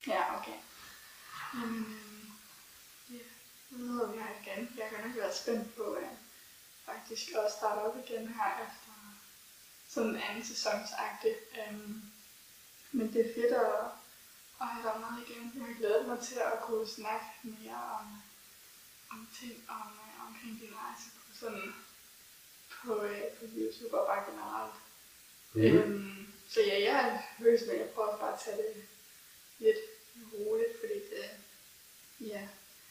Ja, okay. Jamen, ja, nu hedder vi her igen. Jeg kan nok være spændt på, at faktisk også starte op igen her efter sådan en anden sæsonsagtig. Men det er fedt at have dig med igen. Jeg har glædet mig til at kunne snakke mere om ting omkring din rejse på sådan på YouTube og bare generelt. Så ja, jeg har hørt, men jeg prøver bare at tage det lidt roligt, fordi det, ja.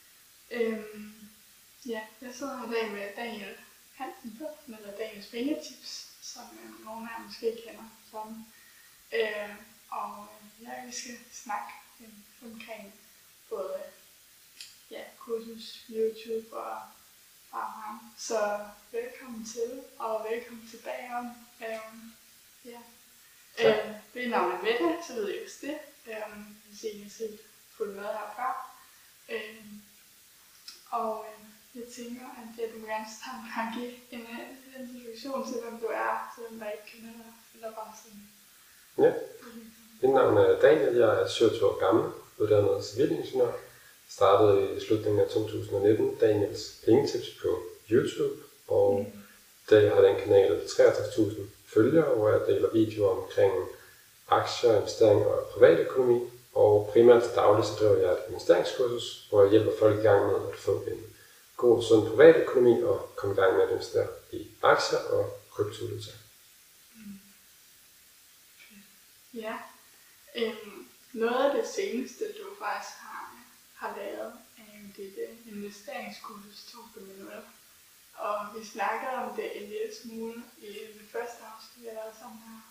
Ja, jeg sidder her i dag med Daniel Hansen, eller Daniels Pengetips, som nogle af jer måske kender sammen. Vi skal snakke omkring både kursus, YouTube og ham. Så velkommen til, og velkommen tilbage om. Mit navn er Mette, så ved jeg også det. Hvis I har set fuldt med her før. Jeg tænker, at du gerne starte med at give en introduktion til, hvem du er, til dem, der ikke kender dig, eller bare sådan. Ja, mit navn er Daniel, jeg er 27 år gammel, uddannet civilingeniør. Startede i slutningen af 2019 Daniels Pengetips på YouTube, og i dag har den kanal 63.000 følgere, hvor jeg deler videoer omkring aktier, investeringer og privatøkonomi. Og primært til daglig så driver jeg et investeringskursus, hvor jeg hjælper folk i gang med at få en god og sund privatøkonomi og komme i gang med at investere i aktier og kryptovaluta. Ja, noget af det seneste, du faktisk har lavet, er jo dit investeringskursus 2.0. Og vi snakkede om det en lille smule i det første afsnit, jeg lavede sammen her.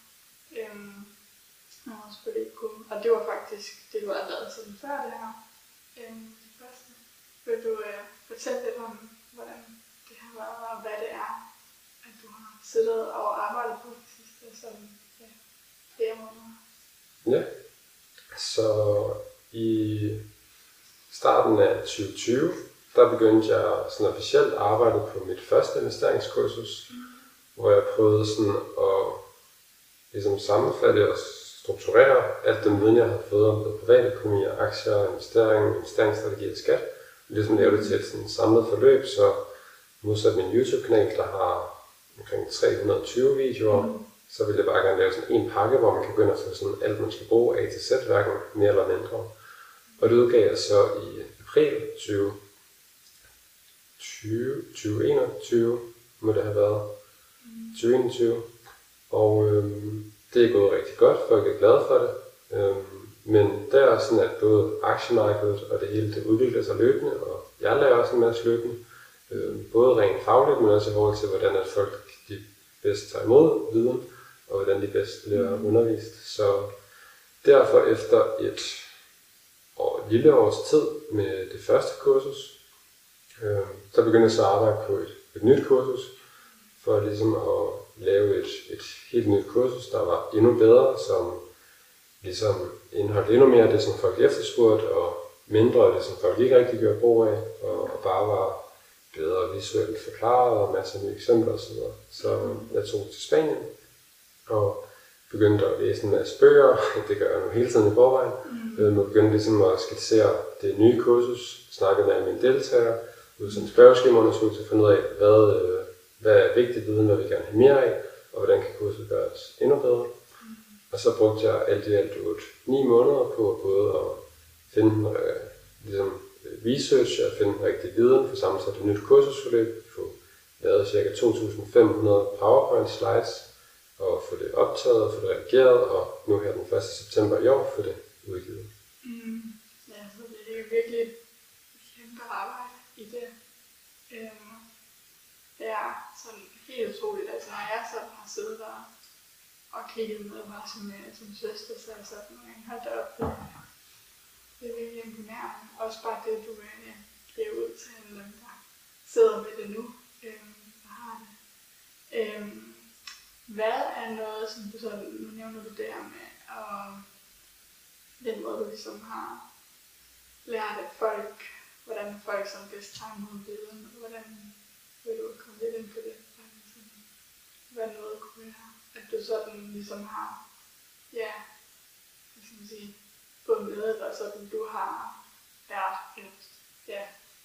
Og det var faktisk det, du havde lavet sådan før det her. Det første. Vil du fortælle lidt om, hvordan det har været, og hvad det er, at du har siddet og arbejdet på det sidste sådan flere måneder? Ja, så i starten af 2020, der begyndte jeg sådan officielt at arbejde på mit første investeringskursus, hvor jeg prøvede sådan at ligesom sammenfatte og strukturere alt den viden, jeg havde fået om privatøkonomi og aktier, investeringsstrategi og skat, og ligesom lave det til et sådan samlet forløb, så modsat min YouTube-kanal, der har omkring 320 videoer, så ville jeg bare gerne lave sådan en pakke, hvor man kan begynde at få sådan alt, man skal bruge A til Z, hverken mere eller mindre. Og det udgav jeg så i april 2021, må det have været, 2021. Og det er gået rigtig godt, folk er glade for det. Men der er sådan, at både aktiemarkedet og det hele det udvikler sig løbende, og jeg lærer også en masse løbende. Både rent fagligt, men også i forhold til, hvordan at folk de bedst tager imod viden, og hvordan de bedst bliver undervist. Så derfor efter et lille års tid med det første kursus, så begyndte jeg så at arbejde på et nyt kursus, for ligesom at lave et helt nyt kursus, der var endnu bedre, som ligesom indeholdt endnu mere af det, som folk efterspurgte, og mindre af det, som folk ikke rigtig gjorde brug af, og bare var bedre visuelt forklaret og masser af nye eksempler osv. Så jeg tog til Spanien og begyndte at læse en masse bøger. Det gør jeg nu hele tiden i forvejen. Jeg begyndte ligesom at skitsere det nye kursus, snakke med mine deltagere, ud som spørgeskemaundersøgelse, at finde ud af, hvad er vigtigt viden, hvad vi gerne have mere af, og hvordan kan kurset gøres endnu bedre. Og så brugte jeg alt i alt 9 måneder på både at finde research og finde rigtig viden, for sammensat et nyt kursusforløb, få lavet ca. 2.500 PowerPoint slides, og få det optaget og få det redigeret, og nu her den 1. september i år få det udgivet. Ja, så det er virkelig et kæmpe arbejde i det. Det er sådan helt utroligt, altså når jeg sådan har siddet der og kigget med mig som søster, så er jeg sådan, hold da op, det er virkelig imponerende. Også bare det, du giver ud til dem, der sidder med det nu, og har det. Hvad er noget, som du sådan, nu nævner du der med, og den måde, du ligesom har lært af folk, hvordan folk som bedst tager imod viden, og hvordan vil du komme lidt ind på det? Hvad noget kunne være, at du sådan ligesom har, hvad skal man sige, fået med, eller sådan du har været ja.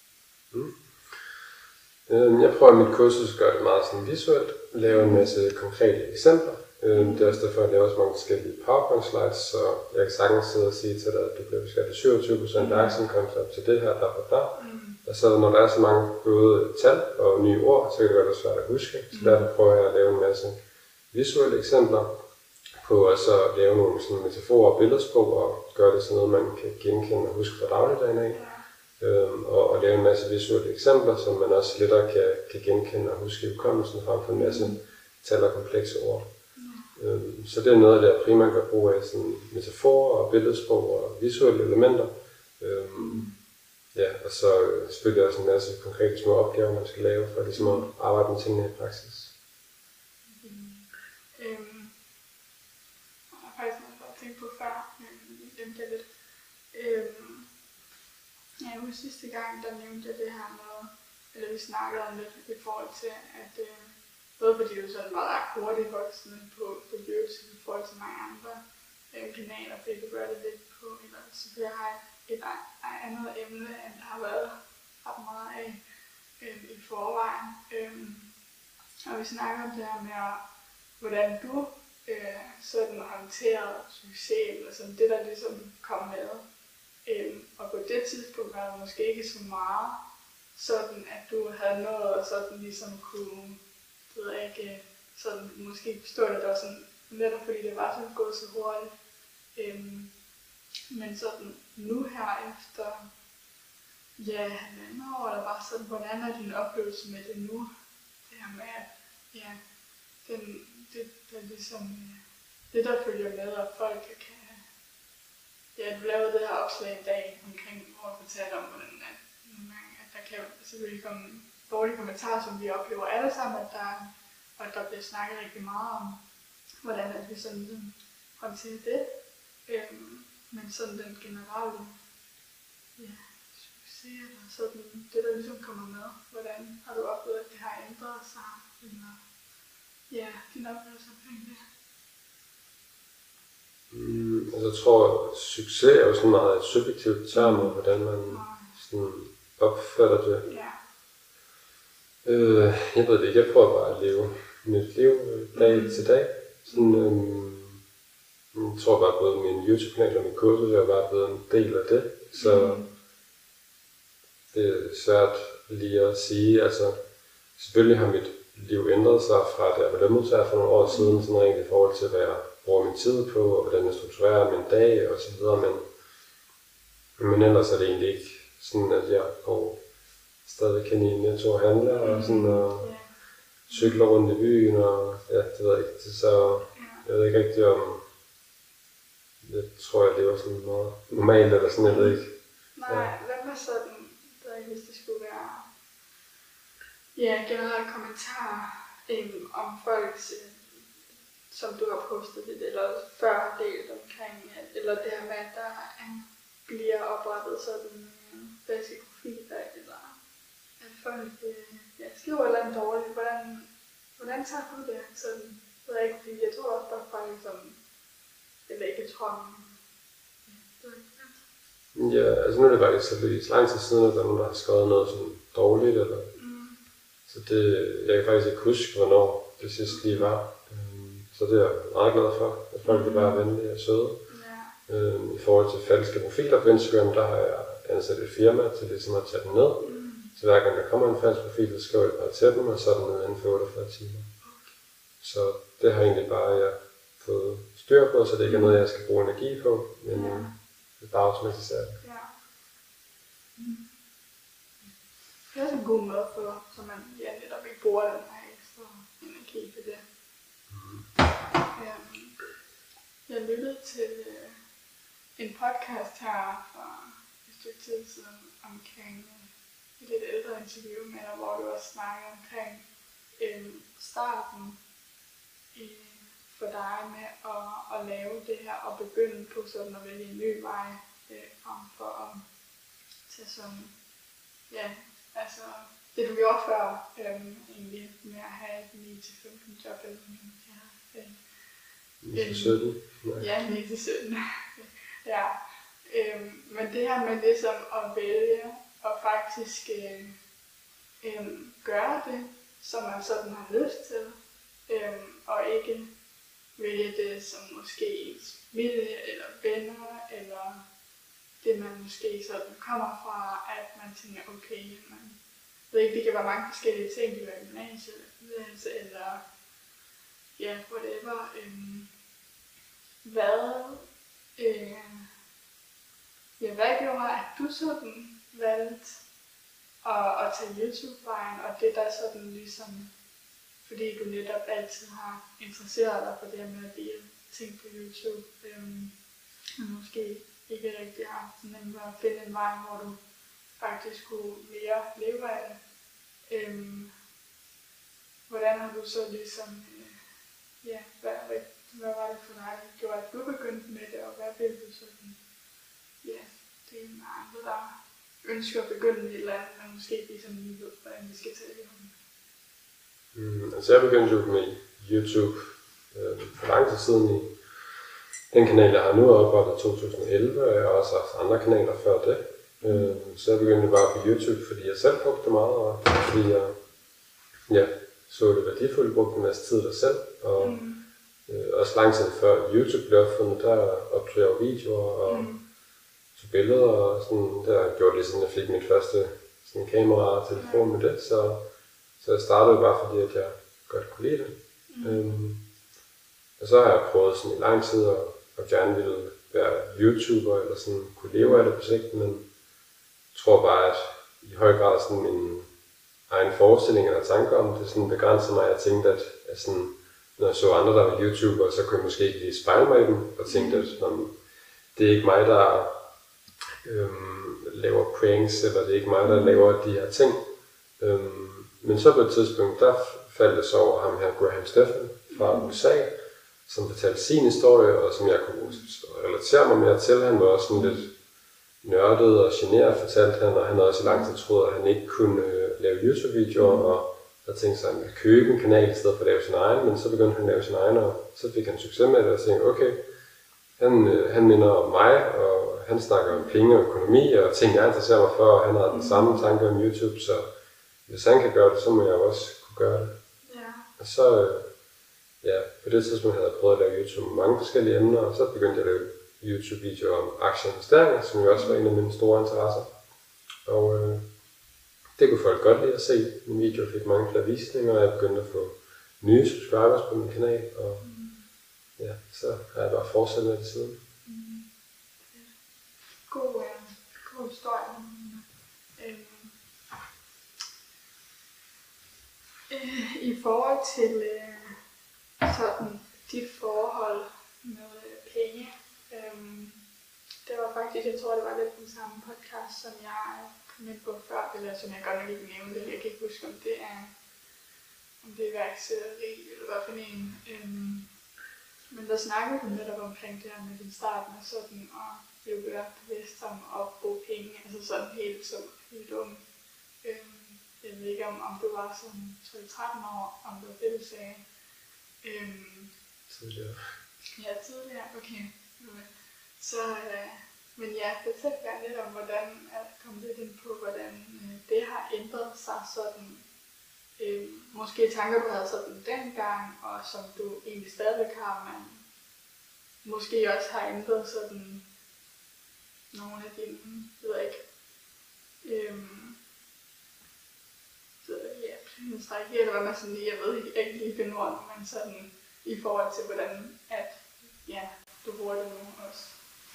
Jeg prøver mit kursus at gøre det meget sådan visuelt, lave en masse konkrete eksempler. Det er også derfor, at jeg laver også mange forskellige PowerPoint slides, så jeg kan sagtens sidde og sige til dig, at du bliver beskattet 27% af aktieindkomst op til det her, der. Og så når der er så mange både tal og nye ord, så kan det være lidt svært at huske. Så derfor prøver jeg at lave en masse visuelle eksempler på at så lave nogle sådan metaforer og billedsprog og gøre det sådan noget, man kan genkende og huske fra dagligdagen af. Og lave en masse visuelle eksempler, som man også lettere kan genkende og huske i hukommelsen frem for en masse tal og komplekse ord. Så det er noget af det, jeg primært gør brug af, sådan metaforer og billedsprog og visuelle elementer. Og så selvfølgelig også en masse konkrete små opgaver, man skal lave for ligesom at arbejde med tingene i praksis. Jeg har faktisk noget, jeg tænkte på før, glemte jeg lidt. Jeg husker sidste gang, der nævnte jeg det her med, eller vi snakkede om lidt i forhold til, at både fordi du sådan var ret hurtigt voksende på YouTube i forhold til mange andre kanaler, fordi du gør det lidt på, eller så vil jeg have et andet emne, end der har været ret meget af i forvejen. Og vi snakker om det her med, hvordan du sådan håndterede succes, eller sådan det, der ligesom kom med. Og på det tidspunkt var det måske ikke så meget sådan, at du havde nået at sådan ligesom kunne, ved jeg ikke, sådan måske forstå det, det var sådan netop fordi det var sådan gået så hurtigt. Men sådan nu her efter, halvandet år, eller bare sådan, hvordan er din oplevelse med det nu? Det her med, at det er ligesom det, der følger med, at folk kan. Du lavede det her opslag i dag omkring, hvor du fortalte om, hvordan at der kan selvfølgelig komme dårlige kommentarer, som vi oplever alle sammen, at der bliver snakket rigtig meget om, hvordan at vi sådan håndterer det. Men sådan den generelle succes, eller sådan det, der ligesom kommer med, hvordan har du oplevet, at det har ændret sig, eller din oplevelse omkring det? Jeg tror, at succes er jo sådan meget et subjektivt term, hvordan man sådan opfatter det. Jeg ved det ikke, jeg prøver bare at leve mit liv dag til dag. Sådan, jeg tror bare, både min YouTube-kanal og min kursus er bare blevet en del af det. Så det er svært lige at sige. Altså, selvfølgelig har mit liv ændret sig fra, da jeg var lønmodtager for nogle år siden, sådan rent i forhold til, hvad jeg bruger min tid på, og hvordan jeg strukturerer min dag og så videre, men ellers er det egentlig ikke sådan, at jeg går stadig kan i Netto og handler og sådan og cykler rundt i byen og det ved jeg ikke, så jeg ved ikke rigtig om, jeg tror jeg lever sådan meget normalt eller sådan, jeg ved ikke. Nej, hvad med sådan, hvis det skulle være generelle kommentarer om folks som du har postet lidt, eller før har delt omkring, eller det her med, at der bliver oprettet sådan falske profiler, eller at folk skriver et eller andet dårligt. Hvordan tager du det? Sådan, ved jeg ikke, fordi jeg tror også bare folk, som, eller ikke tror, altså nu er det faktisk så lang tid siden, at der er nogen, der har skrevet noget sådan dårligt, eller så det, jeg kan faktisk ikke huske, hvornår det sidste lige var. Så det er jeg meget glad for, at folk er bare venlige og søde. I forhold til falske profiler på Instagram, der har jeg ansat et firma til ligesom at tage dem ned. Så hver gang der kommer en falsk profil, så skriver jeg bare til dem, og så er den ned inden for 48 timer. Så det har egentlig bare jeg fået styr på, så det ikke er noget, jeg skal bruge energi på, men det er bare automatiseret. Det er også en god måde for, så man netop ikke bruger den her ekstra energi på det. Jeg lyttede til en podcast her for et stykke tid siden omkring et lidt ældre interview med dig, hvor du også snakkede omkring starten for dig med at lave det her og begynde på sådan at vælge en ny vej frem for at tage sådan, altså det du gjorde før, egentlig med at have et 9-15 job eller noget. 9-17? Ja, 9-17. Men det her med ligesom at vælge og faktisk gøre det, som man sådan har lyst til, og ikke vælge det som måske ens familie eller venner, eller det man måske sådan kommer fra, at man tænker, okay, man ved ikke, det kan være mange forskellige ting, det kan være gymnasiet, eller ja, whatever. Hvad gjorde, at du sådan valgte at tage YouTube-vejen, og det der sådan ligesom, fordi du netop altid har interesseret dig for det her med at dele ting på YouTube, og måske ikke rigtig har sådan nemt at finde en vej, hvor du faktisk kunne mere leve af det. Hvordan har du så ligesom, hvad var det for dig, der gjorde, at du begyndte med det, og hvad vil du sådan, det er med andre, der ønsker at begynde med et eller andet, men måske ikke ligesom lige ved, hvordan vi skal tage det om. Altså jeg begyndte jo med YouTube for lang tid siden i den kanal, jeg har nu oprettet i 2011, og jeg har også haft andre kanaler før det. Så jeg begyndte bare på YouTube, fordi jeg selv brugte det meget, og fordi jeg så det værdifuldt, brugte en masse tid der selv. Og også lang tid før YouTube blev opfundet, der optog jeg videoer og tog billeder, og sådan, der gjorde det, siden jeg fik mit første sådan, kamera og telefon med det. Så jeg startede bare fordi, at jeg godt kunne lide det. Og så har jeg prøvet sådan i lang tid at gerne ville være YouTuber, eller sådan kunne leve af det på sigt, men jeg tror bare, at i høj grad sådan min egen forestilling eller tanker om det sådan begrænser mig. Jeg tænkte, at sådan, når jeg så andre, der var YouTuber, så kunne jeg måske ikke lige spejle mig i dem, og tænkte, at det er ikke mig, der laver pranks, eller det er ikke mig, der laver de her ting. Men så på et tidspunkt, der faldt jeg så over ham her, Graham Stephan fra USA, som fortalte sin historie, og som jeg kunne relatere mig mere til. Han var også sådan lidt nørdet og generet, fortalte han, og han havde også i lang tid troet, at han ikke kunne lave YouTube-videoer, og havde tænkt sig at købe en kanal i stedet for at lave sin egen, men så begyndte han at lave sin egen, og så fik han succes med det, og tænkte, okay, han minder om mig, og han snakker om penge og økonomi, og ting jeg interesserer mig for, og han har den samme tanke om YouTube, så hvis han kan gøre det, så må jeg også kunne gøre det. Ja. Og så, på det tidspunkt havde jeg prøvet at lave YouTube med mange forskellige emner, og så begyndte jeg at lave YouTube-videoer om aktieinvesteringer, som jo også var en af mine store interesser. Og det kunne folk godt lide at se. Min video fik mange flere visninger, og jeg begyndte at få nye subscribers på min kanal, og så har jeg bare fortsat med det siden. God historie. I forhold til sådan dit forhold med penge, det var faktisk, jeg tror det var lidt den samme podcast, som jeg kom ind på før, eller som jeg godt nok ikke nævnte, jeg kan ikke huske, om det er iværksætteri, eller hvad for en. Men der snakkede du netop omkring det her med din start med sådan, og blive bevidst om at bruge penge, altså sådan helt ung. Jeg ved ikke, om du var sådan 12-13 år, om det var det, du sagde. Tidligere. Ja, tidligere, okay. Så, men ja, fortæl gerne lidt om, hvordan at komme lidt ind på, hvordan det har ændret sig sådan. Måske tanker, du havde sådan dengang, og som du egentlig stadigvæk har, men måske også har ændret sådan nogle af dine, jeg ved ikke, strategi, eller hvad man sådan lige, jeg ved ikke lige finde ord, men sådan i forhold til, hvordan at, du bruger det nu også.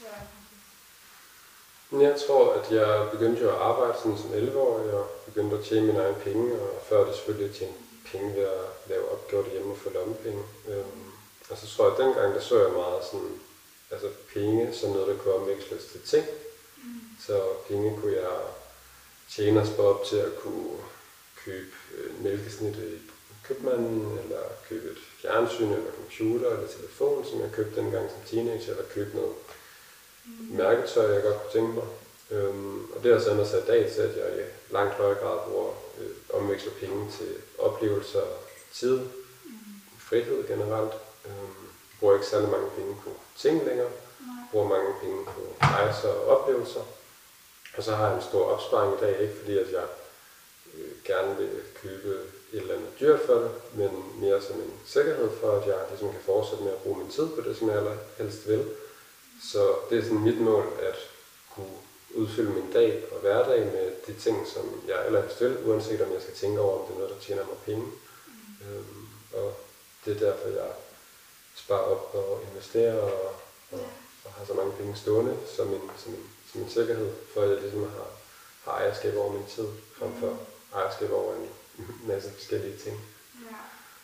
Jeg tror, at jeg begyndte jo at arbejde sådan som 11-årig, og begyndte at tjene mine egne penge, og før det selvfølgelig tjene penge ved at lave opgaver derhjemme og få lommepenge. Og så tror jeg, at dengang, der så jeg meget sådan, altså penge som noget, der kunne omveksles til ting. Så penge kunne jeg tjene og spare op til at kunne købe en mælkesnit i købmanden, eller købe et fjernsyn, eller computer, eller telefon, som jeg købte dengang som teenager, eller købe noget mærketøj, jeg godt kunne tænke mig. Og det har så ændret sig i dag til, at jeg i langt højere grad bruger omveksler penge til oplevelser, tid, frihed generelt. Jeg bruger ikke særlig mange penge på ting længere. bruger mange penge på rejser og oplevelser. Og så har jeg en stor opsparing i dag, ikke fordi at jeg gerne vil købe et eller andet dyrt for det, men mere som en sikkerhed for, at jeg ligesom kan fortsætte med at bruge min tid på det, som jeg allerhelst vil. Så det er sådan mit mål, at kunne udfylde min dag og hverdag med de ting, som jeg allerhelst vil, uanset om jeg skal tænke over, om det er noget, der tjener mig penge. Og det er derfor, jeg sparer op og investerer og har så mange penge stående som en sikkerhed, for at jeg ligesom har ejerskab over min tid, frem for ejerskab over en masse forskellige ting. Ja.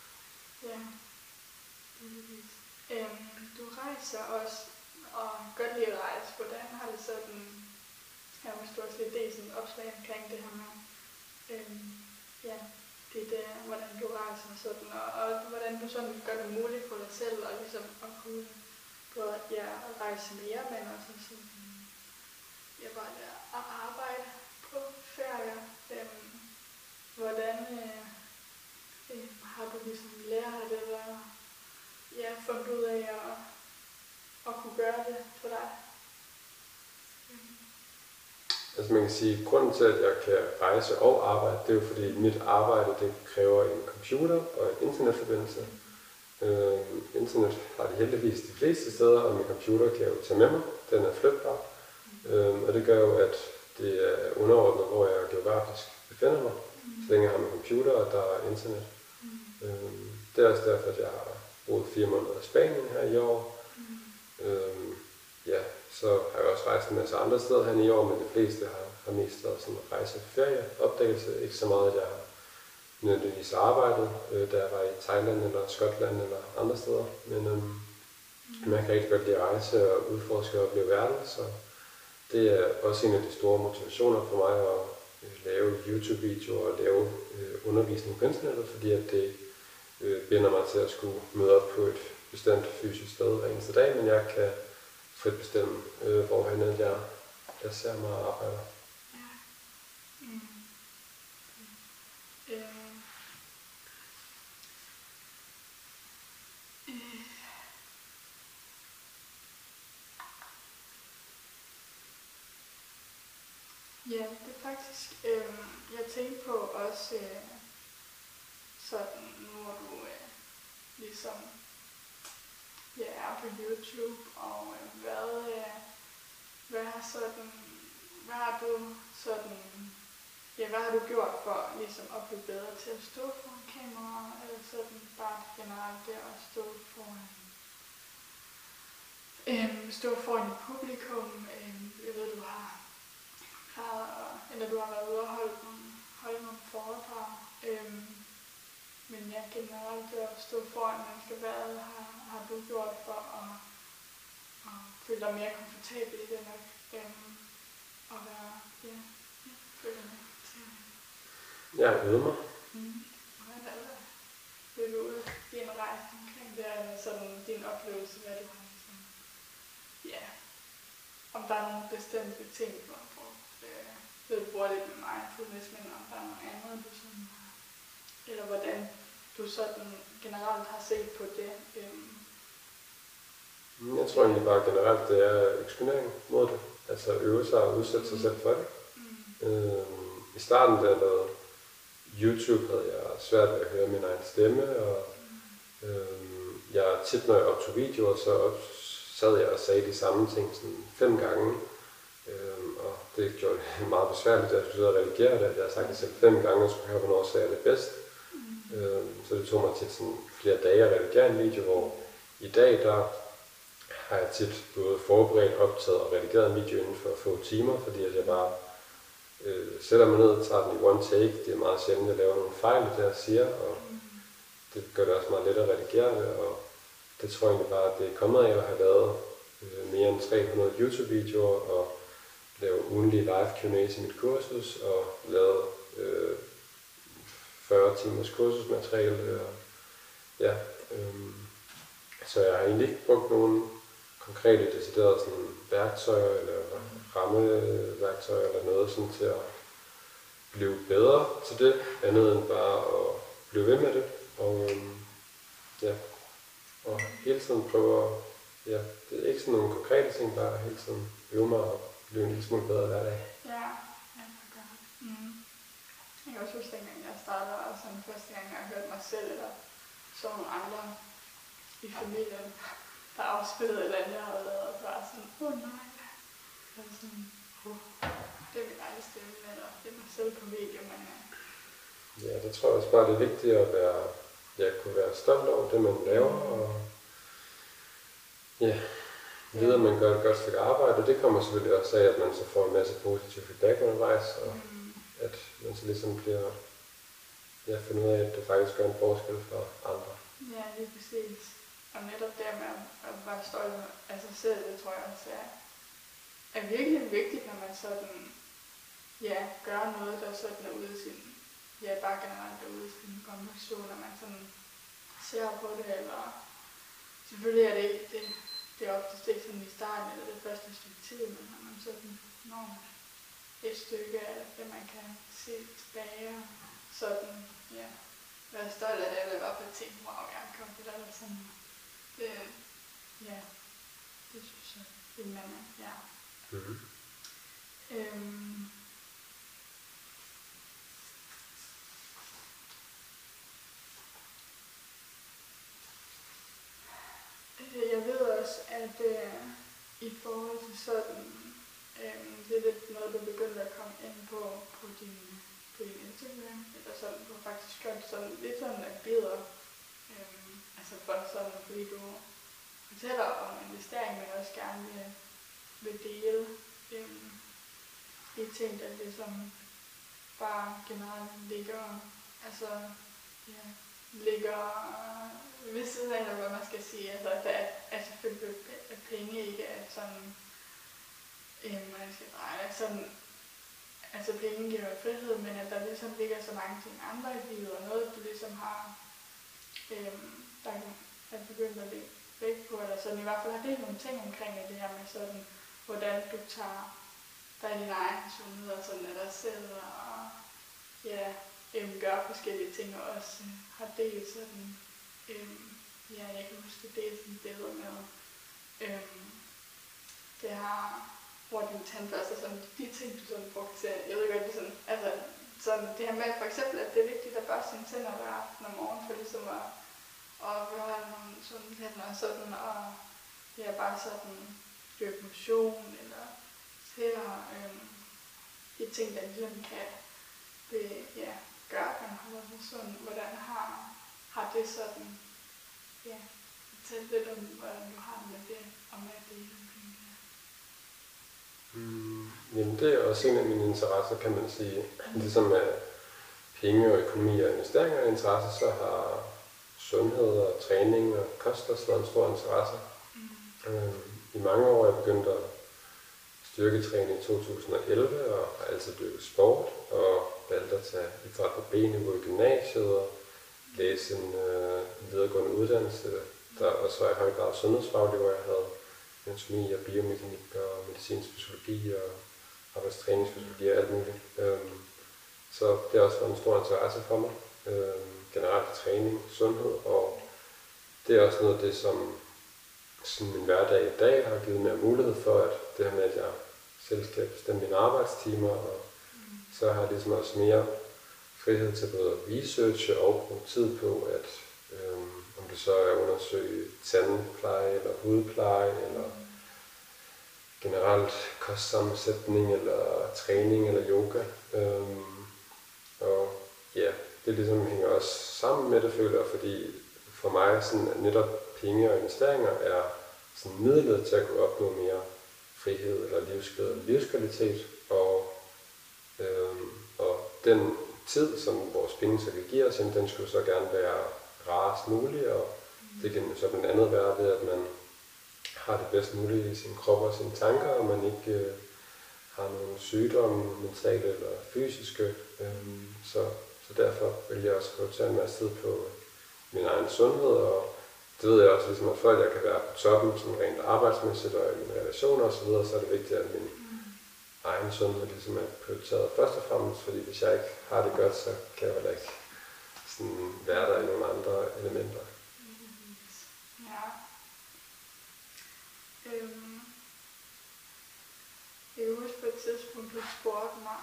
Du rejser også, og godt lide at rejse. Hvordan har det sådan, jeg har måske også lidt delt sådan et opslag omkring det her med, hvordan du rejser og sådan, og hvordan du sådan gør det muligt for dig selv, og ligesom at kunne både at rejse mere, men også sådan, bare at arbejde på ferier. Hvordan har du ligesom lært det, eller fundet ud af at kunne gøre det for dig? Altså man kan sige, at grunden til, at jeg kan rejse og arbejde, det er jo fordi mit arbejde det kræver en computer og en internetforbindelse. Internet har de heldigvis de fleste steder, og min computer kan jeg jo tage med mig. Den er flytbar. Og det gør jo, at det er underordnet, hvor jeg geografisk befinder mig. Så længe jeg har min computer, og der er internet. Det er også derfor, at jeg har boet 4 måneder i Spanien her i år. Så har jeg også rejst en masse andre steder her i år, men de fleste har mest været sådan rejse, ferie, opdagelse. Ikke så meget, at jeg har nødvendigvis arbejdet, da jeg var i Thailand eller Skotland eller andre steder. Men jeg kan rigtig godt lide at rejse og udforske og opleve verden, så det er også en af de store motivationer for mig at lave YouTube-videoer og lave undervisning på internettet, fordi at det binder mig til at skulle møde op på et bestemt fysisk sted hver eneste dag, men jeg kan frit bestemme, hvorhen jeg ser mig og arbejder. Ja, det er faktisk, jeg tænkte på også sådan, nu hvor du ligesom er på YouTube, og hvad har du gjort for ligesom at blive bedre til at stå foran kamera, eller sådan bare generelt det at stå foran et publikum? Jeg ved, du har været ude og holde nogle foredrag, men generelt det at stå foran mennesker, hvad har du gjort for at føle dig mere komfortabel i det nok, og føle dig til? Jeg har øvet mig. Hvordan er det? Vil du ud i en rejse omkring det, eller sådan din oplevelse, hvad du har sådan, om der er nogle bestemte ting, hvor du bruger lidt med mindfulness, men om der er noget andet, du sådan har, eller hvordan du sådan generelt har set på det? Jeg tror egentlig bare generelt, det er eksponering mod det. Altså øve sig og udsætte sig selv for det. I starten, da jeg lavede YouTube, havde jeg svært ved at høre min egen stemme, og jeg tit, når jeg optog videoer, så sad jeg og sagde de samme ting sådan 5 gange. Og det gjorde det meget besværligt, at jeg skulle redigere det. Jeg har sagt det selv 5 gange, og skulle høre, hvornår sagde jeg det bedst. Så det tog mig tit sådan flere dage at redigere en video, hvor i dag, der har jeg tit både forberedt, optaget og redigeret en video inden for få timer, fordi at jeg bare sætter mig ned og tager den i one take. Det er meget sjældent, at jeg laver nogle fejl i det, jeg siger, og det gør det også meget let at redigere det, og det tror jeg egentlig bare, at det er kommet af at have lavet mere end 300 YouTube-videoer, og lave ugenlige live Q&A i mit kursus, og lavet 40 timers kursusmateriale. Så jeg har egentlig ikke brugt nogen konkrete deciderede sådan værktøjer eller rammeværktøjer eller noget sådan til at blive bedre til det, andet end bare at blive ved med det. Og hele tiden prøve ja, det er ikke sådan nogle konkrete ting, bare hele tiden øve mig og blive en lille smule bedre hver dag. Ja, det gør det. Jeg kan også huske, dengang jeg startede, og sådan første gang, jeg hørte mig selv, eller så nogle andre i familien, der afspillede et eller andet, jeg havde lavet, og så var jeg sådan, nej. Så sådan, det er min egen stemme, eller det er mig selv på video, men Ja, det tror jeg også bare, det er vigtigt at kunne være stolt over det, man laver, og vide, at man gør et godt stykke arbejde, og det kommer selvfølgelig også af, at man så får en masse positiv feedback undervejs, og at man så ligesom bliver fundet ud af, at det faktisk gør en forskel for andre. Ja, lige præcis. Og netop der med at være stolt af sig selv, det tror jeg også er virkelig vigtigt, når man sådan, gør noget, der sådan er ude i sin, bare generelt er ude i sin komfortzone, når man sådan ser på det, eller selvfølgelig er det ikke det er oftest ikke sådan i starten eller det første stykke tid, men når man sådan når et stykke af det, man kan se tilbage og sådan, være stolt af det, eller i hvert fald tænke, wow, jeg har gjort det, eller sådan, det synes jeg, det man er, Jeg ved også, at i forhold til sådan, det er lidt noget, du begyndte at komme ind på din Instagram, eller sådan, du har faktisk gjort sådan lidt sådan af billeder, altså for sådan, fordi du fortæller om investering, men også gerne vil dele de ting, der ligesom bare generelt ligger, altså, ligger ved siden af, hvad man skal sige, altså at selvfølgelig at penge ikke er sådan, man skal dreje, sådan, altså penge giver frihed, men at der ligesom ligger så mange ting andre i livet, og noget du ligesom har, der er begyndt at lægge vægt på, eller sådan i hvert fald har delt nogle ting omkring det her med sådan, hvordan du tager dig i din egen sundhed og sådan af dig selv, og gør forskellige ting, og også har delt sådan, jeg kan huske, det er sådan et billede med, det har, hvor din tandbørste er sådan, de ting, du sådan brugte til, jeg ved godt, det er sådan, altså, sådan det her med for eksempel, at det er vigtigt at børste sine tænder hver aften om morgenen, for ligesom at gøre nogle sådan tænder og sådan, og bare sådan, dyrke motion, eller til at, de ting, der ligesom kan, gøre, at man holder sig sådan, hvordan har det sådan, fortæl lidt om, hvordan du har det med det, og med det omkring det. Jamen det er også en af mine interesser, kan man sige. Ligesom med penge og økonomi og investeringer og interesse, så har sundhed og træning og kost også været en stor interesse. I mange år er jeg begyndt at styrketræne i 2011 og har altid dyrket sport og valgte at tage idræt på B-niveau i gymnasiet og læse en videregående uddannelse, der også var i høj grad sundhedsfaglig, hvor jeg havde anatomi og biomekanik og medicinsk fysiologi og arbejdstræningsfysiologi og alt muligt. Så det har også været en stor interesse for mig. Generelt træning, sundhed, og det er også noget af det, som sådan min hverdag i dag har givet mig mulighed for, at det her med, at jeg selv skal bestemme mine arbejdstimer, og så har jeg ligesom også mere frihed til både at researche og bruge tid på, at om det så er at undersøge tandpleje eller hudpleje, eller generelt kostsammensætning, eller træning, eller yoga. Og det ligesom hænger også sammen med det, føler jeg, fordi for mig sådan, at netop penge og investeringer er sådan midlet til at kunne opnå mere frihed eller livskvalitet, og den tid, som vores penge så kan give os, den skulle så gerne være rarest muligt, og det kan så blandt andet være ved, at man har det bedst muligt i sin krop og sine tanker, og man ikke har nogle sygdomme, mentale eller fysiske. Så derfor vil jeg også prioritere en masse tid på min egen sundhed, og det ved jeg også, ligesom, at før jeg kan være på toppen, sådan rent arbejdsmæssigt og i mine relationer osv., så er det vigtigt, at min egen sundhed ligesom er prioriteret først og fremmest, fordi hvis jeg ikke har det godt, så kan jeg heller ikke sådan være der i nogle andre elementer. Ja. tidspunkt spurgt mig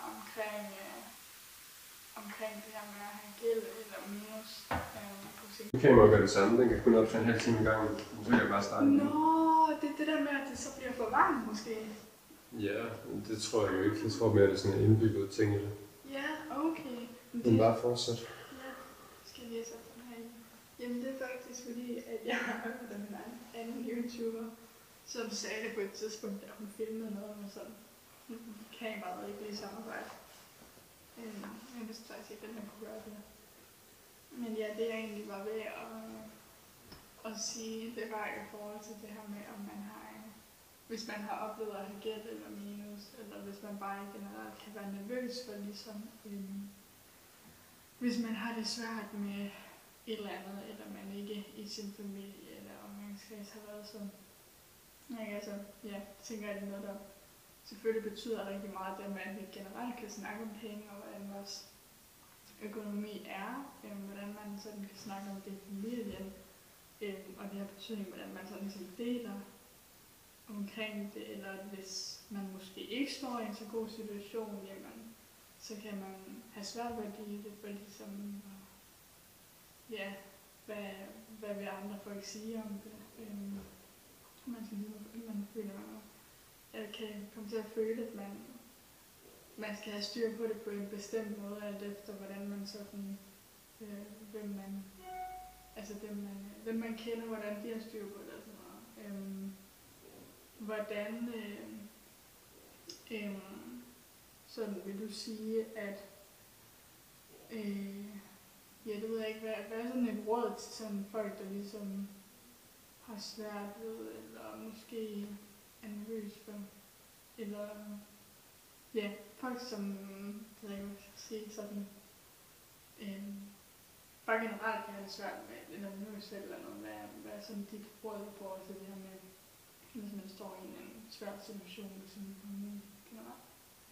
omkring det her med at have gæld eller minus på sin. Nu kan man jo gøre det samme, den kan kun optage en halv time i gangen, så kan jeg bare starte. Nå, det er det der med, at det så bliver for varmt måske. Ja, det tror jeg jo ikke. Jeg tror mere, det er sådan en indbygget ting i det. Ja, okay. Men bare fortsæt. Ja, skal jeg læse op den her. Jamen det er faktisk fordi, at jeg har hørt en anden YouTuber, som sagde det på et tidspunkt, da hun filmede noget med sådan kameraet ikke lige samarbejde. Jeg vidste faktisk ikke, at man kunne gøre det. Men ja, det jeg egentlig var ved at sige, det var i forhold til det her med, om man har, hvis man har oplevet at have gæld eller minus, eller hvis man bare generelt kan være nervøs for ligesom, hvis man har det svært med et eller andet, eller man ikke i sin familie eller omgangskreds har været sådan. Ja, tænker jeg, det er noget, der selvfølgelig betyder rigtig meget, det med, at vi generelt kan snakke om penge, og hvordan vores økonomi er, hvordan man sådan kan snakke om det i familien, og det har betydning, hvordan man sådan ligesom deler omkring det, eller hvis man måske ikke står i en så god situation, jamen, så kan man have svært ved at dele det, for ligesom, ja, hvad vil andre folk sige om det. Man føler, at kan komme til at føle, at man skal have styr på det på en bestemt måde, alt efter hvordan man sådan, hvem man kender, hvordan de har styr på det og sådan noget. Hvordan sådan vil du sige, at ja, det ved jeg ikke, hvad er sådan et råd til sådan folk, der ligesom har svært ved, eller måske er nervøs for, eller ja, folk som, det ved jeg ikke, hvad jeg skal sige, sådan, bare generelt kan have det svært med, eller nervøs eller noget, hvad er sådan dit råd i forhold til det her med, hvis man står i en svær situation med sin økonomi generelt?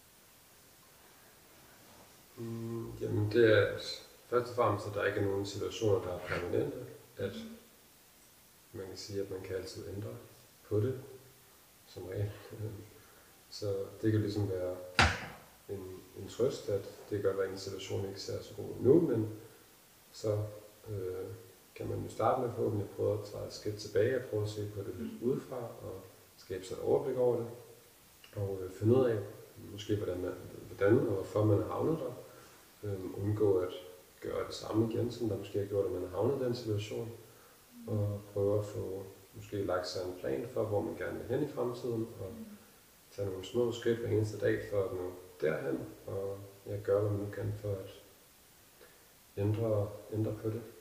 Jamen det er først og fremmest, at der ikke er nogen situationer, der er permanente, at man kan sige, at man kan altid ændre på det, som regel. Så det kan ligesom være en trøst, at det gør, at en situation ikke ser så god ud nu, men så kan man jo starte med forhåbentlig at prøve at træde et skridt tilbage og prøve at se på det lidt udefra og skabe sig et overblik over det og finde ud af, måske hvordan og hvorfor man har havnet der. Undgå at gøre det samme igen, som der måske har gjort, at man har havnet i den situation, og prøve at få måske lagt sig en plan for, hvor man gerne vil hen i fremtiden, og tage nogle små skridt hver eneste dag for at nå derhen, og gøre, hvad man nu kan for at ændre på det.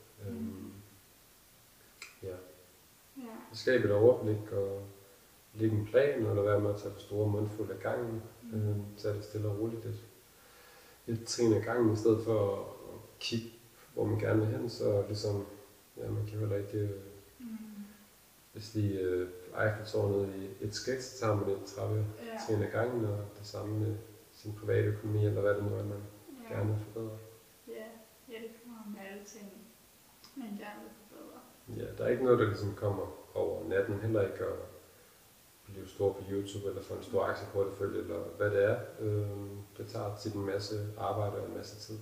Skabe et overblik og lægge en plan, eller være med at tage for store mundfulde af gangen. Tage det stille og roligt et trin af gangen, i stedet for at kigge, hvor man gerne vil hen, så ligesom, ja, man kan heller ikke, hvis lige Eiffeltårnet i et skridt, så tager man et trin af gangen, og det samme med sin private økonomi, eller hvad det nu er, man gerne vil forbedre. Ja, det kommer med alle ting, man gerne vil forbedre. Ja, der er ikke noget, der ligesom kommer over natten, heller ikke at blive stor på YouTube, eller få en stor aktieportefølje, eller hvad det er. Det tager tit en masse arbejde og en masse tid.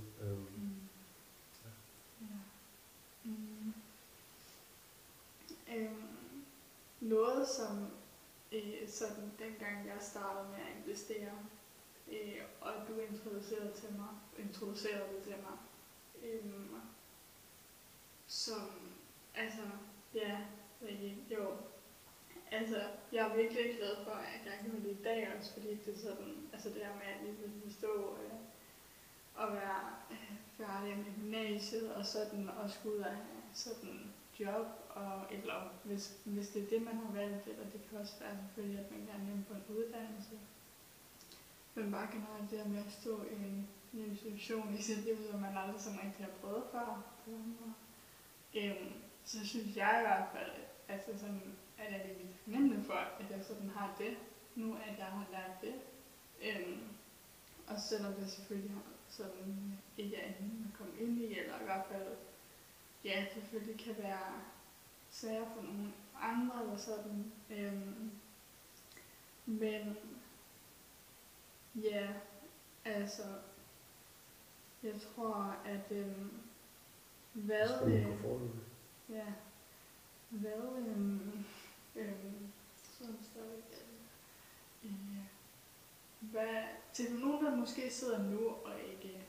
Noget som sådan dengang jeg startede med at investere, og du introducerede det til mig, som, altså, ja, jo, altså, jeg er virkelig glad for, at jeg kan det i dag også, fordi det er sådan, altså det her med at lige stå og være færdig med gymnasiet og sådan, og skulle ud af sådan job, og eller hvis det er det, man har valgt, eller det kan også være selvfølgelig, at man gerne vil på en uddannelse. Men bare generelt det med at stå i en ny situation i sit liv, som man aldrig sådan rigtig har prøvet før, på den måde. Så synes jeg i hvert fald, altså sådan, at jeg er lidt taknemmelig for, at jeg sådan har det, nu at jeg har lært det. Og selvom det selvfølgelig sådan ikke er enden at komme ind i, eller i hvert fald, ja, selvfølgelig kan være svære for nogle andre eller sådan. Men Ja, altså, jeg tror, at hvad... Ja, hvad... sådan stadig... Hvad, til nogen, der måske sidder nu og ikke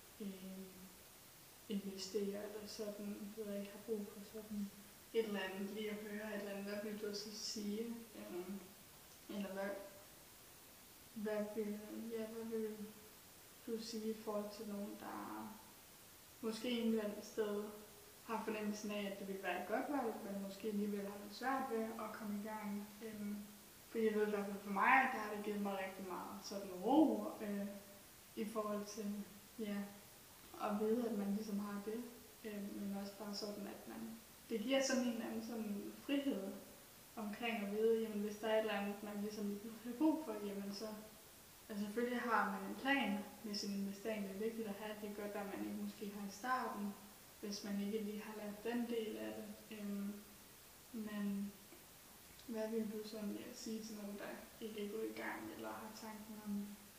investerer eller sådan, ved jeg ikke, har brug for sådan et eller andet lige at høre, et eller andet, hvad vil du så sige? Eller hvad vil du sige i forhold til nogen, der måske en eller andet sted har fornemmelsen af, at det vil være et godt valg, men måske alligevel har det svært ved at komme i gang? Fordi jeg ved i hvert fald for mig, der har det givet mig rigtig meget sådan ro i forhold til, ja, at vide, at man ligesom har det, men også bare sådan, at det giver sådan en eller anden sådan frihed omkring at vide, jamen hvis der er et eller andet, man ligesom har brug for, jamen så, altså selvfølgelig har man en plan med sin investering, det er vigtigt at have, det gør, at man ikke måske har i starten, hvis man ikke lige har lært den del af det, men hvad vil du sådan sige til nogen, der ikke er gået i gang, eller har tanken om,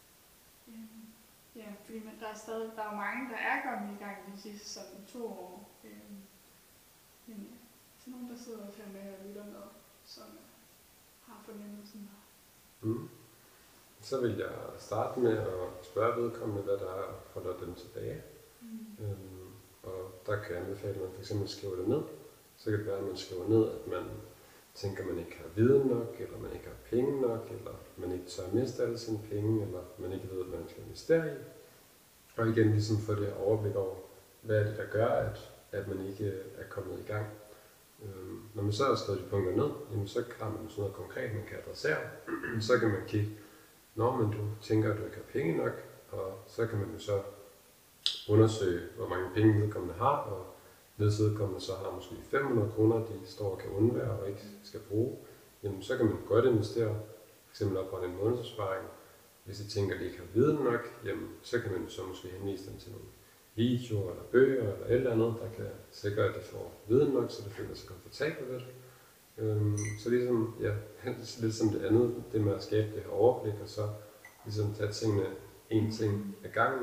ja, fordi der er jo mange, der er kommet i gang de sidste sådan 2 år, men til nogen, der sidder her med og lytter med, som har fornemmelsen. Så vil jeg starte med at spørge vedkommende, hvad der holder dem tilbage. Og der kan jeg anbefale, at man f.eks. skriver det ned. Så kan det være, at man skriver ned, at man tænker, at man ikke har viden nok, eller man ikke har penge nok, eller man ikke tør miste alle sine penge, eller man ikke ved, hvad man skal investere i. Og igen ligesom få det her overblik over, hvad er det, der gør, at man ikke er kommet i gang. Når man så har skrevet de punkter ned, jamen så har man sådan noget konkret, man kan adressere. Så kan man kigge, når man du tænker, at du ikke har penge nok, og så kan man jo så undersøge, hvor mange penge vedkommende har, og hvis vedkommende så har måske 500 kroner, de står og kan undvære og ikke skal bruge, jamen så kan man godt investere, f.eks. oprette en månedsopsparing. Hvis I tænker, at de ikke har viden nok, jamen så kan man så måske henvise dem til nogle videoer eller bøger eller et eller andet, der kan sikre, at de får viden nok, så de føler sig komfortable ved det. Så ligesom, ja, lidt som det andet, det med at skabe det her overblik, og så ligesom tage tingene en ting ad gangen.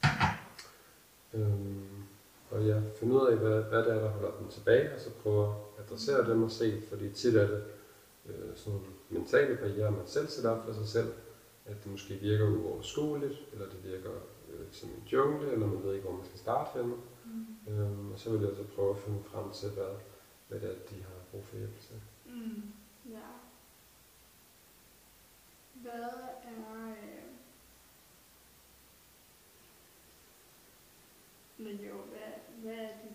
Og ja, finde ud af, hvad det er, der holder dem tilbage, og så prøve at adressere dem og se, fordi tit er det sådan nogle mentale barrierer, man selv sætter op for sig selv, at det måske virker uoverskueligt, eller det virker som en jungle, eller man ved ikke, hvor man skal starte henne. Og så vil jeg så prøve at finde frem til, hvad det er, de har brug for hjælp til. Ja. Hvad er... Men jo, hvad er dit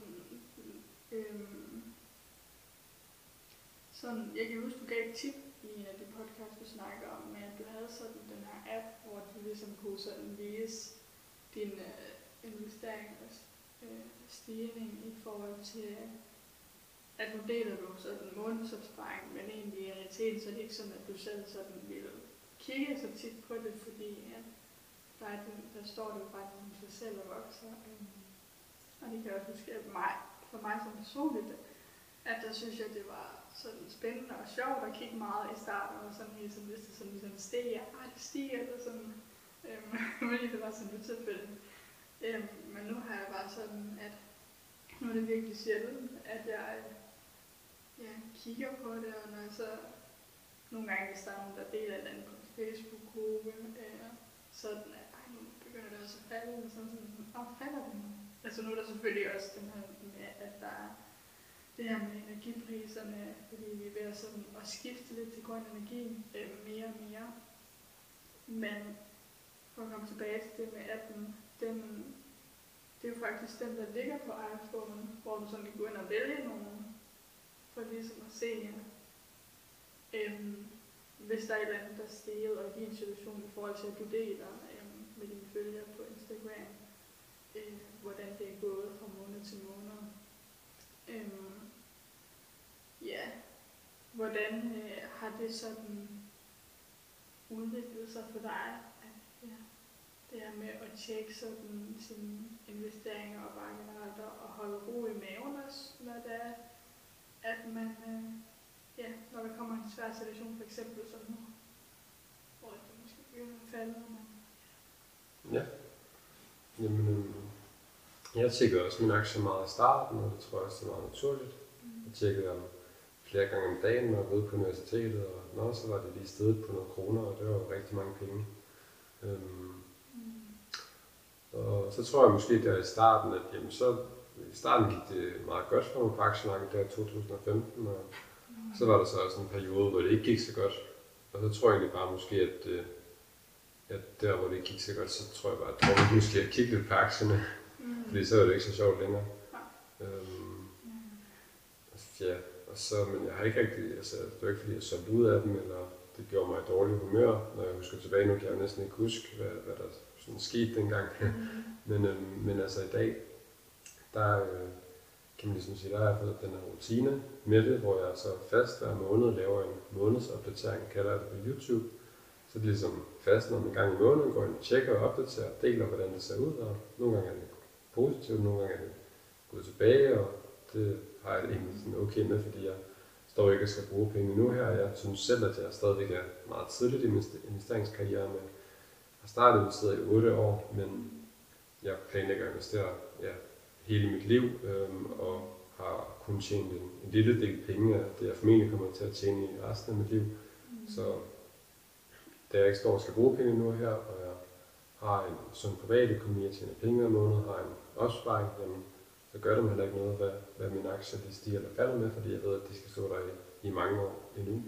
sådan, jeg kan huske, du gav et tip i en af de podcasts, du snakker om, med at du havde sådan den her app, hvor du ligesom kunne sådan vise din investeringers stigning i forhold til, at nu deler du sådan en månedsopsparing, men egentlig i realiteten, så er det ikke sådan, at du selv sådan vil kigge så tit på det, fordi der står det jo faktisk om sig selv og vokser. Og det kan jeg også huske, at for mig som personligt, at der synes jeg, det var sådan spændende og sjovt at kigge meget i starten, og sådan helt sådan, hvis det sådan ligesom stiger, det stiger, eller sådan, fordi det var sådan lidt tilfælde. Men nu har jeg bare sådan, at nu er det virkelig sjældent, at jeg kigger på det, og når jeg så nogle gange, hvis der er nogen, der deler et eller andet på en Facebook-gruppe, sådan at nu begynder det også at falde, og sådan, falder det nu? Altså nu er der selvfølgelig også den her med, at der er det her med energipriserne, fordi vi er ved sådan at skifte lidt til grøn energi mere og mere. Men for at komme tilbage til det med appen, det er jo faktisk den, der ligger på iPhone, hvor du sådan kan gå ind og vælge nogen, for ligesom at se, hvis der er et eller andet, der er steget, og i din situation i forhold til, at du deler med dine følgere på Instagram, hvordan det er gået fra måned til måned. Hvordan har det sådan udviklet sig for dig? Det her med at tjekke sådan sine investeringer og bare generelt og holde ro i maven også, når det er, at man, når der kommer en svær situation, for eksempel som nu, hvor det måske begynder at faldet. Men... Ja. Jamen, jeg tjekkede også mine aktier meget i starten, og det tror jeg også er meget naturligt. Jeg tjekkede om flere gange om dagen, når jeg var ude på universitetet, og så var det lige stedet på nogle kroner, og det var jo rigtig mange penge. Og så tror jeg måske der i starten, at jamen, i starten gik det meget godt for mig på aktiemarkedet der i 2015, og så var der så også en periode, hvor det ikke gik så godt. Og så tror jeg egentlig bare måske, at der hvor det ikke gik så godt, så tror jeg bare, at jeg måske at kigge lidt på aktierne, fordi så er det ikke så sjovt længere. Ja, og så, men jeg har ikke rigtig, altså det var ikke fordi jeg solgte ud af dem, eller det gjorde mig i dårlig humør. Når jeg husker tilbage nu, kan jeg næsten ikke huske, hvad der sådan skete dengang. Men altså i dag, der kan man ligesom sige, der har jeg fået den her rutine med det, hvor jeg så fast hver måned laver en månedsopdatering, kalder jeg det på YouTube. Så det er ligesom fast, når man en gang i måneden går ind og tjekker og opdaterer og deler, hvordan det ser ud. Og nogle gange er det positivt, nogle gange er det gået tilbage, og det har jeg egentlig sådan okay med, fordi jeg står ikke og skal bruge penge nu her. Jeg synes selv, at jeg stadigvæk er meget tidligt i min investeringskarriere. Jeg har startet investeret i 8 år, men jeg planlægger at investere hele mit liv, og har kun tjent en lille del penge af det, jeg formentlig kommer til at tjene i resten af mit liv. Så da jeg ikke står og skal bruge penge nu her, og jeg har en sådan privat økonomi, jeg tjener penge hver måned, har en opsparing, jamen, så gør det mig heller ikke noget, hvad mine aktier de stiger eller falder med, fordi jeg ved, at de skal stå der i mange år endnu.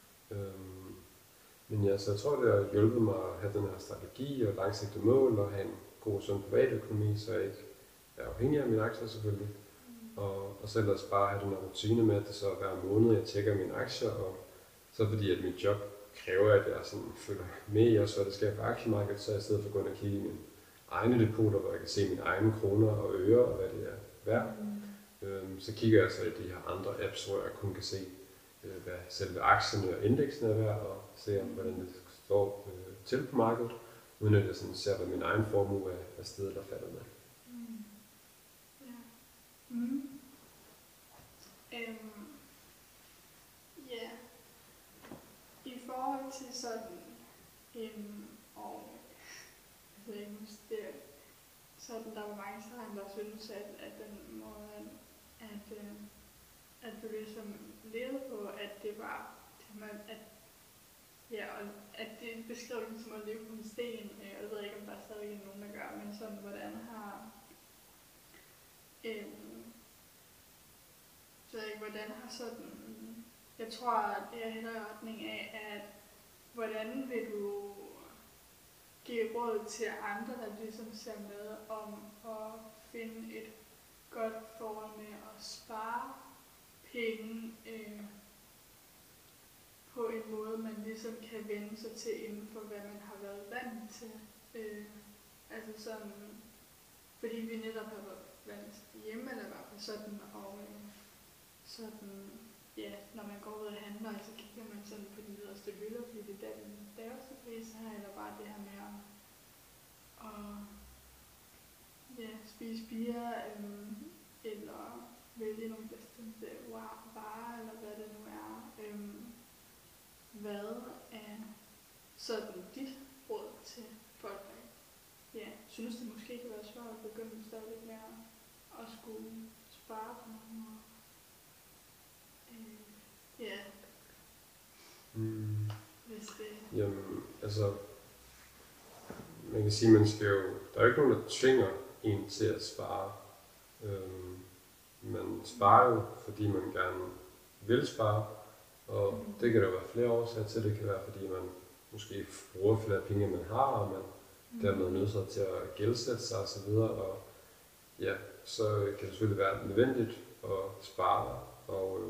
Men ja, så jeg tror, det har hjulpet mig at have den her strategi og langsigtede mål, og have en god sådan privat økonomi, så jeg ikke er afhængig af mine aktier selvfølgelig. Og så ellers bare have den her rutine med, at det så er hver måned, jeg tjekker mine aktier, og så fordi at mit job kræver, at jeg sådan følger med i også, hvad der sker på aktiemarkedet, så i stedet for at gå ind og kigge i mine egne depoter, hvor jeg kan se mine egne kroner og øre, og hvad det er værd. Så kigger jeg så i de her andre apps, hvor jeg kun kan se, hvad selve aktierne og indeksen er værd, og se hvordan det står til på markedet, uden at jeg sådan ser, hvad min egen formue er stedet eller falder med. I forhold til sådan og altså, jeg synes, det er sådan, der var mange steder, der synes, at den måde, at du ligesom levede på, at det var, at det beskrev det som at leve på en sten, og jeg ved ikke, om der er stadig nogen, der gør, men sådan, hvordan har, så ikke, hvordan har sådan, jeg tror, at det er heller i retning af, at hvordan vil du give råd til andre, der ligesom ser med om at finde et godt forhold med at spare penge på en måde, man ligesom kan vende sig til inden for, hvad man har været vant til. Altså sådan, fordi vi netop har været vant hjemme, eller i hvert fald sådan, og sådan, ja, når man går ud og handler, så kigger man sådan på de nederste hylder, fordi det er der den laveste pris her, eller bare det her med at spise bier, eller vælge nogle bestemte varer, eller hvad det nu er. Hvad er sådan dit råd til folk, der synes det måske kan være svært at begynde stadig med at skulle spare på nogle måder? Hvis det... Jamen, altså, man kan sige, man skal jo, der er ikke nogen, der tvinger en til at spare. Man sparer jo, fordi man gerne vil spare, og det kan der være flere årsager til. Det kan være, fordi man måske bruger flere penge, end man har, og man dermed er nødt til at gældsætte sig osv. Og ja, så kan det selvfølgelig være nødvendigt at spare, og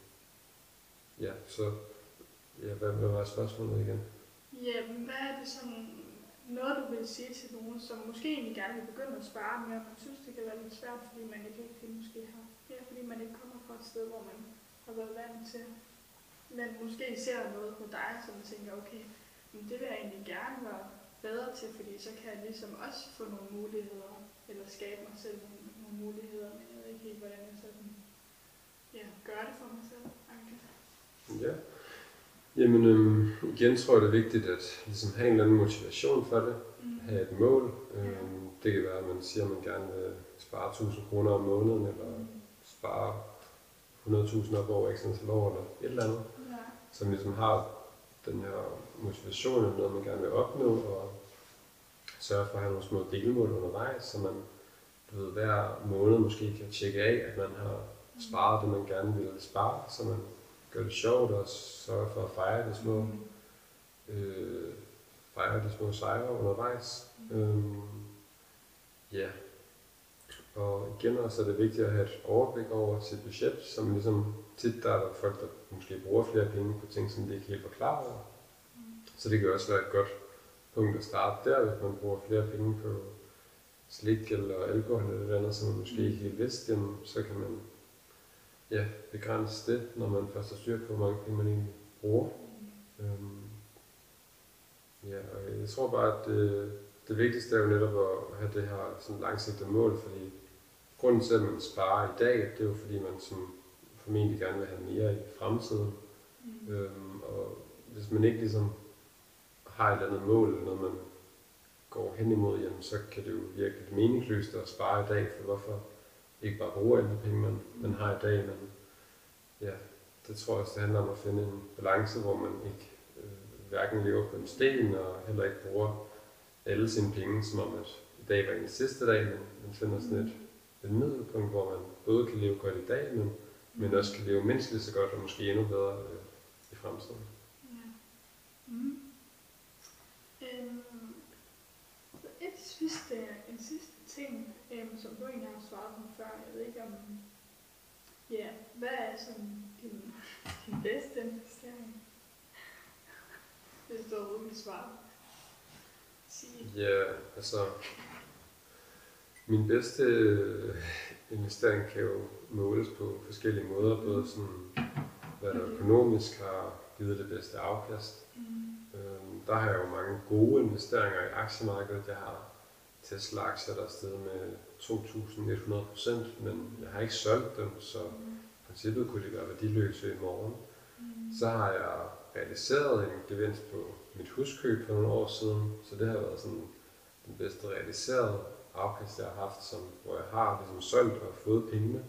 hvad var spørgsmålet igen? Ja, hvad er det sådan, noget du vil sige til nogen, som måske egentlig gerne vil begynde at spare mere, og man synes, det kan være lidt svært, fordi man ikke rigtig måske har, fordi man ikke kommer fra et sted, hvor man har været vant til, men måske ser noget på dig, som man tænker, okay, men det vil jeg egentlig gerne være bedre til, fordi så kan jeg ligesom også få nogle muligheder, eller skabe mig selv nogle muligheder, men jeg ved ikke helt, hvordan jeg sådan, gør det for mig selv. Ja. Jamen, igen tror jeg, det er vigtigt at ligesom have en eller anden motivation for det. Have et mål. Det kan være, at man siger, at man gerne vil spare 1.000 kroner om måneden, eller spare 100.000 op over x antal år, eller et eller andet. Ja. Som ligesom har den her motivation, eller noget, man gerne vil opnå, og sørge for at have nogle små delmål undervejs, så man hver måned måske kan tjekke af, at man har sparet det, man gerne vil spare, så man gør det sjovt og sørger for at fejre de små sejre undervejs. Ja. Og igen også er det vigtigt at have et overblik over sit budget, som ligesom tit der er der folk, der måske bruger flere penge på ting, som de ikke helt var klar over. Så det kan også være et godt punkt at starte der, hvis man bruger flere penge på slik eller alkohol eller noget andet, som man måske ikke helt vidste, jamen, så kan man begrænse det, når man først har styr på, hvor mange penge man egentlig bruger. Og jeg tror bare, at det vigtigste er jo netop at have det her sådan langsigtede mål, fordi grunden til, at man sparer i dag, det er jo fordi, man som formentlig gerne vil have mere i fremtiden. Og hvis man ikke ligesom har et eller andet mål, eller noget man går hen imod, jamen, så kan det jo virke lidt meningsløst at spare i dag, for hvorfor ikke bare bruge alle de penge, man har i dag. Men det tror jeg også, det handler om at finde en balance, hvor man ikke hverken lever på en sten, og heller ikke bruger alle sine penge, som om at i dag var en sidste dag, men man finder sådan et middelpunkt, hvor man både kan leve godt i dag, men også kan leve mindst lige så godt, og måske endnu bedre i fremtiden. En sidste ting, som du egentlig har svaret på før, jeg ved ikke om, hvad er sådan din bedste investering? Hvis du overhovedet vil svare. Ja, altså, min bedste investering kan jo måles på forskellige måder, både sådan, hvad der økonomisk har givet det bedste afkast. Der har jeg jo mange gode investeringer i aktiemarkedet. Jeg har Tesla-aktier, der er steget med 2.100%, men jeg har ikke solgt dem, så i princippet kunne de være værdiløse i morgen. Så har jeg realiseret en gevinst på mit huskøb for nogle år siden, så det har været sådan den bedste realiserede afkast, jeg har haft, hvor jeg har ligesom solgt og fået pengene.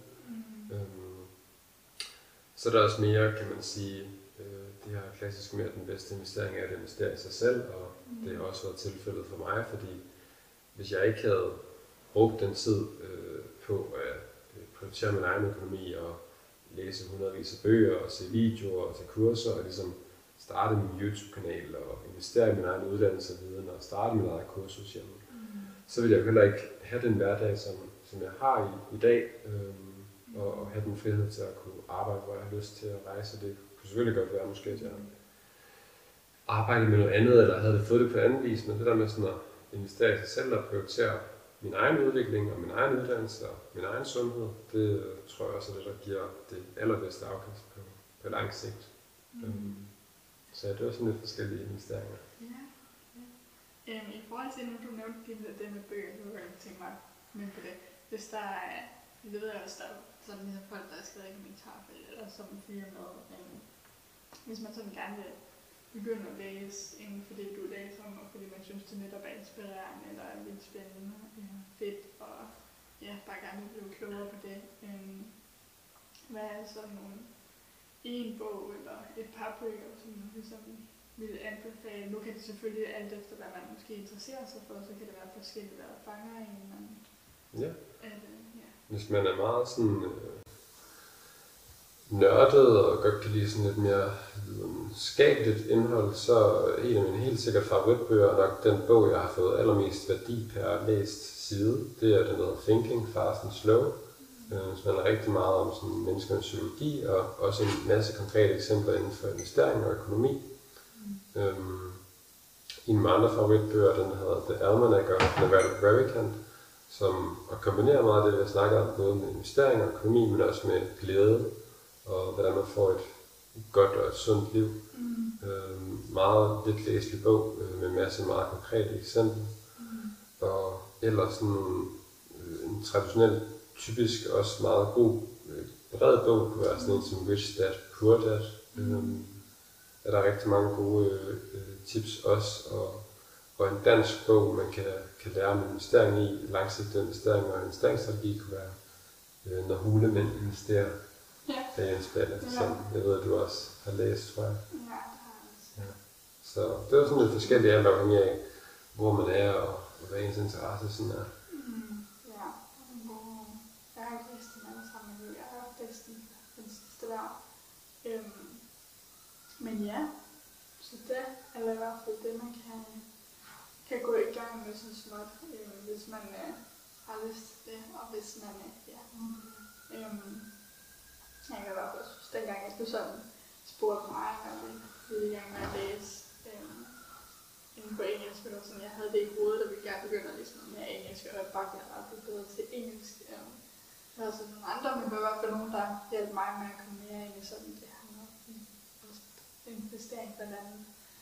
Så er der også mere, kan man sige, det her klassisk med, at den bedste investering er at investere i sig selv, og det har også været tilfældet for mig, fordi hvis jeg ikke havde brugt den tid på at prioritere min egen økonomi og læse hundredvis af bøger og se videoer og tage kurser og ligesom starte min YouTube-kanal og investere i min egen uddannelse og viden og starte min eget kursus hjemme, så ville jeg jo heller ikke have den hverdag, som jeg har i dag, og have den frihed til at kunne arbejde, hvor jeg har lyst til at rejse. Det kunne selvfølgelig godt være måske, at jeg arbejdede med noget andet, eller havde fået det på anden vis, men det der med sådan at investere i sig selv og prioritere min egen udvikling og min egen uddannelse og min egen sundhed, det tror jeg også er det, der giver det allerbedste afkast på lang sigt. Så det var sådan lidt forskellige investeringer. I forhold til, nu du nævnte det med bøger, så vil jeg tænke mig med på det. Hvis der er, det ved jeg også, der er sådan ligesom folk, der har skrevet i kommentarfelt, eller som følger med, hvis man sådan gerne vil begynde at læse inden for det, du læser om, og fordi man synes, det netop er inspirerende, eller er vildt spændende, fedt, og bare gerne vil blive klogere på det. Hvad er sådan nogle en bog, eller et par bøger, som du ligesom vil anbefale? Nu kan det selvfølgelig alt efter, hvad man måske interesserer sig for, så kan det være forskelligt, hvad der fanger en. Hvis man er meget sådan nørdet og godt kan lide sådan lidt mere videnskabeligt indhold, så en af mine helt sikkert favoritbøger er nok den bog, jeg har fået allermest værdi per læst side. Det er den, der hedder Thinking Fast and Slow. Så man har rigtig meget om sådan menneskernes psykologi, og også en masse konkrete eksempler inden for investering og økonomi. En af mine andre favoritbøger, den hedder The Almanac of Naval Ravikant, som kombinerer meget af det, jeg snakker om, både med investering og økonomi, men også med glæde, og hvordan man får et godt og et sundt liv. Meget lidt læselig bog med en masse meget konkrete eksempler. Og ellers sådan en traditionel, typisk også meget god, bred bog kunne være sådan en som Rich Dad, Poor Dad. er der rigtig mange gode tips også, og en dansk bog, man kan lære om investering i, langsigtede investeringer og investeringsstrategi kunne være Når hulemænd investerer af Jens Ballersen. Jeg ved, at du også har læst, tror jeg. Ja, det har jeg også. Ja. Så det er sådan lidt forskelligt, alt afhængig af, hvor man er og hvad ens interesse sådan er. Ja, jeg har ikke læst dem alle sammen, men jeg har læst den sidste der. Men ja, så det er i hvert fald det, man kan gå i gang med sådan småt, hvis man har lyst til det, og hvis man jeg kan i hvert fald synes, dengang jeg blev sådan spurgt mig, når vi ville i gang med at læse inden på engelsk, men sådan, jeg havde det i hovedet, og ville gerne begynde at læse noget mere engelsk, og jeg bare gerne at blive bedre til engelsk. Der er også nogle andre, men der var i hvert fald nogen, der hjalp mig med at komme mere ind i sådan det her med investering blandt andet.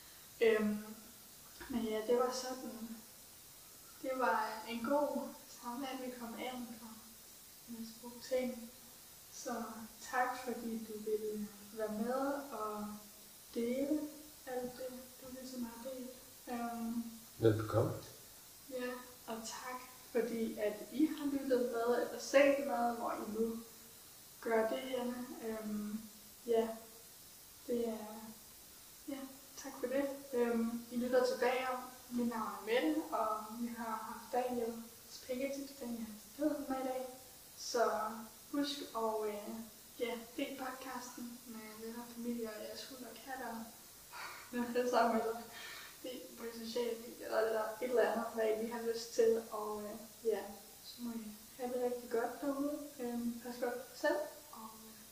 Men ja, det var sådan, det var en god samtale, vi kom ind på en masse gode ting. Så tak fordi du ville være med og dele alt det, du ligesom har delt. Velbekomme. Ja, og tak fordi at I har lyttet med eller set med, hvor I nu gør det her. Ja, det er tak for det. I lytter tilbage. Mit navn er Mette, og vi har haft Daniels pengetips, Daniel har med i dag. Så husk at del podcasten med venner, familie og jeres hund og katter. Det sammen med det på sociale medier eller et eller andet, hvad I lige har lyst til. Og så må I have det rigtig godt derude. Pas godt på jer selv. Og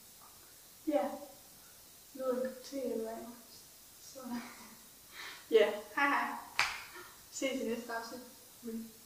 nyd en kop te eller andet. Så hej hej. Ses i næste afsnit.